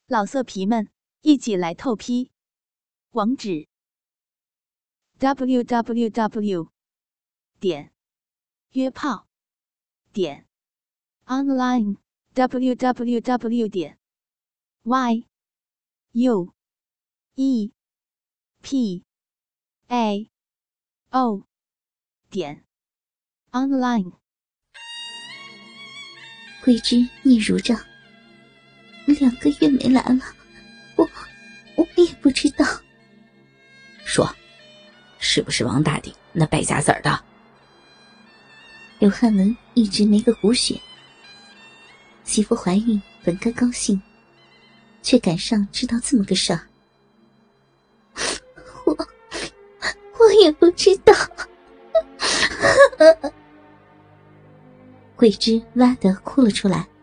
老色皮们，一起来透批！网址 www.约炮online www.yuepao.online。 桂枝嗫嚅着，2个月没来了，我也不知道。 说，是不是王大鼎那败家子儿的？ 刘汉文一直没个骨血，媳妇怀孕本该高兴，却赶上知道这么个事儿。我也不知道。桂枝哇地哭了出来。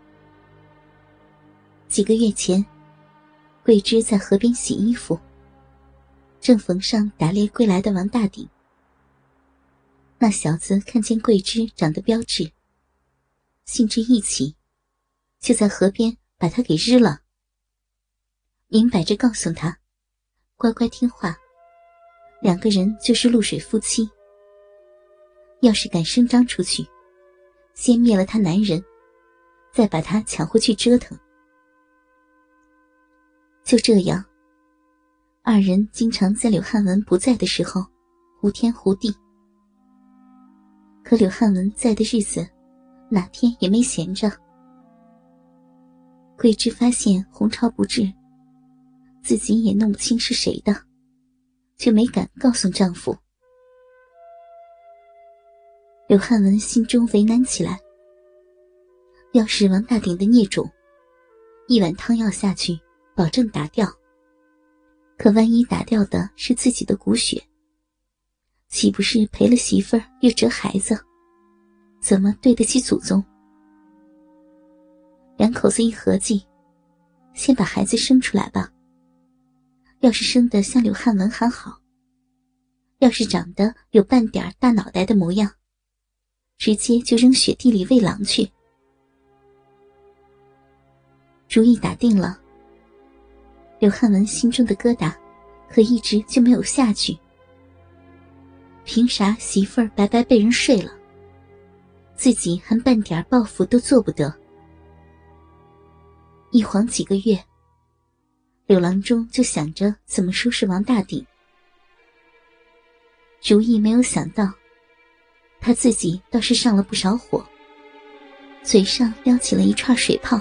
几个月前，桂枝在河边洗衣服，正逢上打猎归来的王大鼎。那小子看见桂枝长得标致，兴致一起，就在河边把她给日了，明摆着告诉她，乖乖听话，2个人就是露水夫妻。要是敢声张出去，先灭了他男人，再把他抢回去折腾。就这样，2人经常在柳汉文不在的时候胡天胡地。可柳汉文在的日子，哪天也没闲着。桂枝发现红潮不治，自己也弄不清是谁的，却没敢告诉丈夫。柳汉文心中为难起来，要是王大鼎的孽种，1碗汤药下去保证打掉，可万一打掉的是自己的骨血，岂不是赔了媳妇儿又折孩子，怎么对得起祖宗？2口子一合计，先把孩子生出来吧。要是生得像柳汉文还好，要是长得有半点大脑袋的模样，直接就扔雪地里喂狼去。主意打定了，柳汉文心中的疙瘩可一直就没有下去。凭啥媳妇儿白白被人睡了，自己还半点报复都做不得？一晃几个月，柳郎中就想着怎么收拾王大鼎，主意没有想到，他自己倒是上了不少火，嘴上撩起了一串水泡。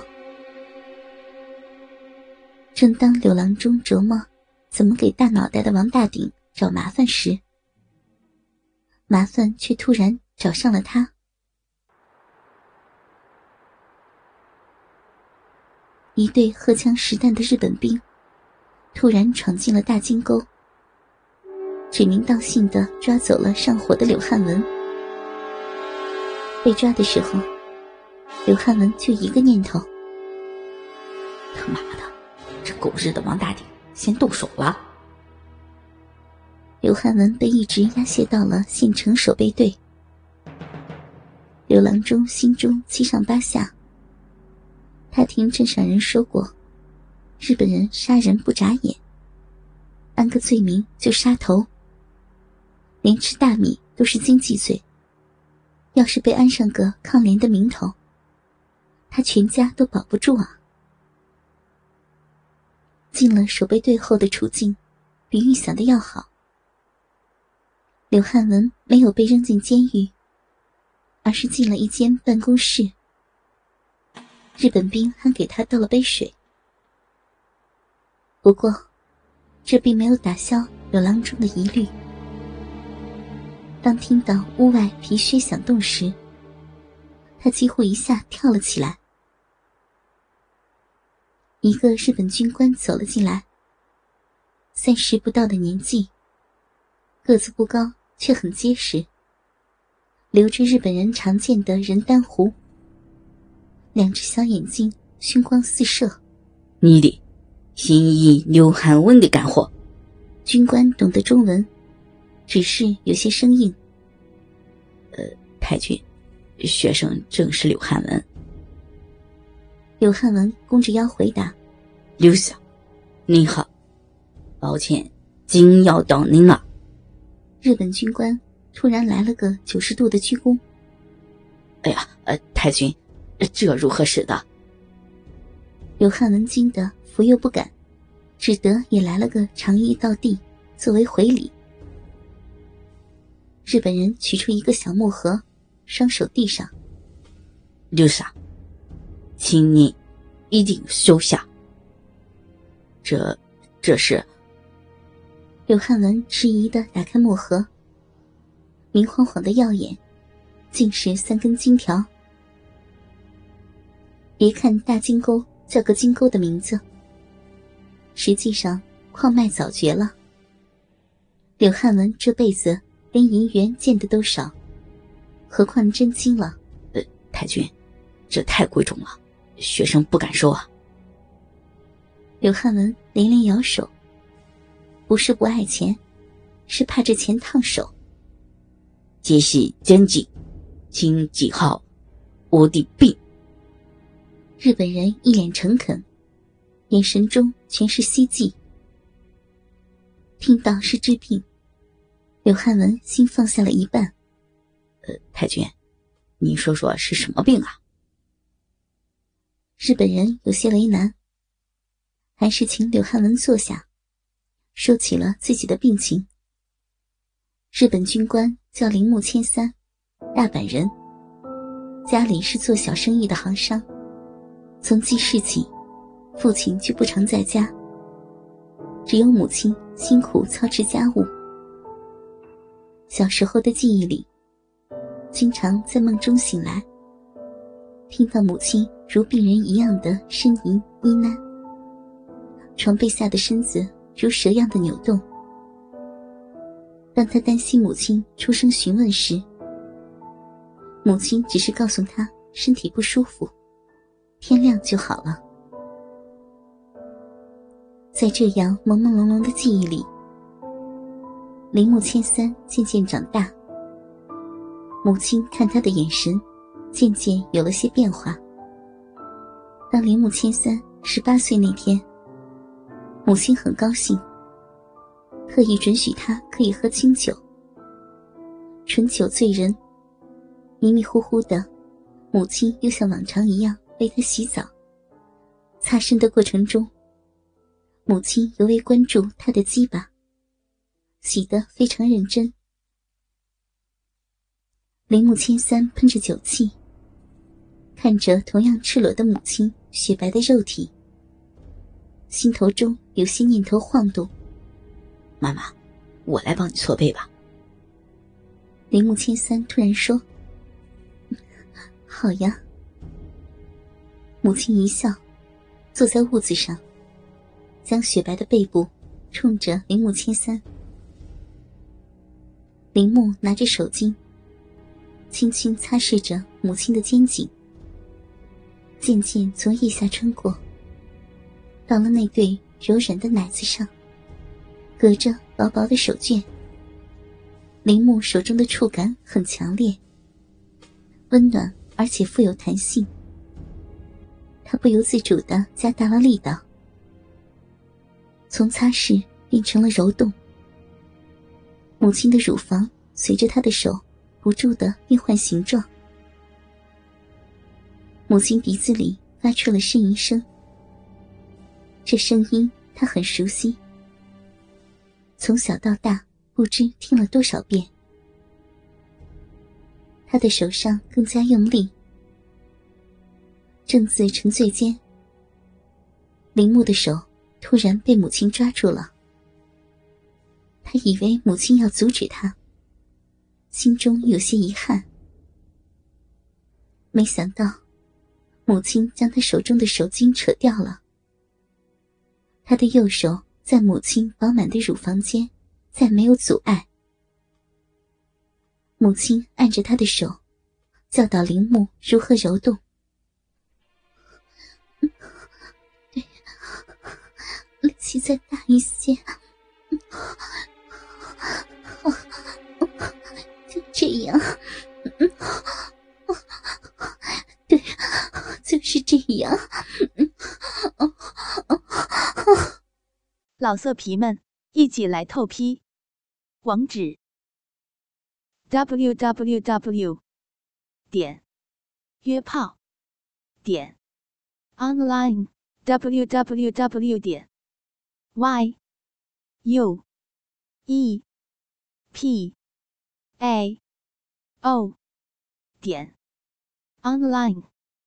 正当柳郎中琢磨怎么给大脑袋的王大鼎找麻烦时，麻烦却突然找上了他。一队荷枪实弹的日本兵突然闯进了大金沟，指名道姓地抓走了上火的柳汉文。被抓的时候，柳汉文就一个念头： 他妈的，这狗日的王大鼎先动手了。 柳汉文被一直押解到了县城守备队。柳郎中心中七上八下，他听镇上人说过，日本人杀人不眨眼，安个罪名就杀头，连吃大米都是经济罪，要是被安上个抗联的名头，他全家都保不住啊。进了守备队后的处境比预想的要好。柳汉文没有被扔进监狱，而是进了一间办公室。日本兵还给他倒了杯水。不过这并没有打消柳郎中的疑虑。当听到屋外皮靴响动时，他几乎一下跳了起来。一个日本军官走了进来，30不到的年纪，个子不高却很结实，留着日本人常见的人丹胡，2只小眼睛凶光四射。 你的新一刘汉文给干活。 军官懂得中文，只是有些生硬。 太君，学生正是柳汉文。 柳汉文弓着腰回答： 留下。您好，抱歉，紧要到您了。 日本军官突然来了个90度的鞠躬。 哎呀，太君，这如何使得？ 刘汉文惊得服又不敢，只得也来了个长揖到地作为回礼。日本人取出一个小木盒，双手递上。 留下，请你一定收下。这是…… 刘汉文迟疑地打开木盒，明晃晃的耀眼，竟是3根金条。别看大金钩叫个金钩的名字，实际上矿脉早绝了。刘汉文这辈子连银元见的都少，何况真金了。 太君，这太贵重了，学生不敢收啊。 刘汉文连连摇手，不是不爱钱，是怕这钱烫手。 皆系真金，请记好我的病。 日本人一脸诚恳，眼神中全是希冀。听到是治病，刘汉文心放下了一半。 太君，你说说是什么病啊？ 日本人有些为难，还是请刘汉文坐下，说起了自己的病情。日本军官叫铃木谦三，大阪人，家里是做小生意的行商。从记事起，父亲就不常在家，只有母亲辛苦操持家务。小时候的记忆里，经常在梦中醒来，听到母亲如病人一样的呻吟呢喃，床被下的身子如蛇样的扭动。当他担心母亲出声询问时，母亲只是告诉他身体不舒服，天亮就好了。在这样朦朦胧胧的记忆里，铃木谦三渐渐长大，母亲看他的眼神渐渐有了些变化。当铃木谦三18岁那天，母亲很高兴，特意准许他可以喝清酒。醇酒醉人，迷迷糊糊的，母亲又像往常一样为他洗澡。擦身的过程中，母亲尤为关注他的鸡巴，洗得非常认真。铃木谦三喷着酒气，看着同样赤裸的母亲雪白的肉体，心头中有些念头晃动。 妈妈，我来帮你搓背吧。 铃木谦三突然说：好呀。母亲一笑，坐在褥子上，将雪白的背部冲着铃木谦三。铃木拿着手巾，轻轻擦拭着母亲的肩颈，渐渐从腋下穿过，到了那对柔软的奶子上，隔着薄薄的手绢。铃木手中的触感很强烈，温暖而且富有弹性，他不由自主地加大了力道，从擦拭变成了揉动。母亲的乳房随着他的手不住地变换形状。母亲鼻子里发出了呻吟声，这声音他很熟悉，从小到大不知听了多少遍。他的手上更加用力，正自沉醉间，铃木的手突然被母亲抓住了。他以为母亲要阻止他，心中有些遗憾，没想到母亲将他手中的手巾扯掉了。他的右手在母亲饱满的乳房间再没有阻碍。母亲按着他的手，教导铃木如何揉动。对，力气再大一些，就这样，对，就是这样。 老色皮们，一起来透批！网址 ：www.约炮.online www.yuepao.online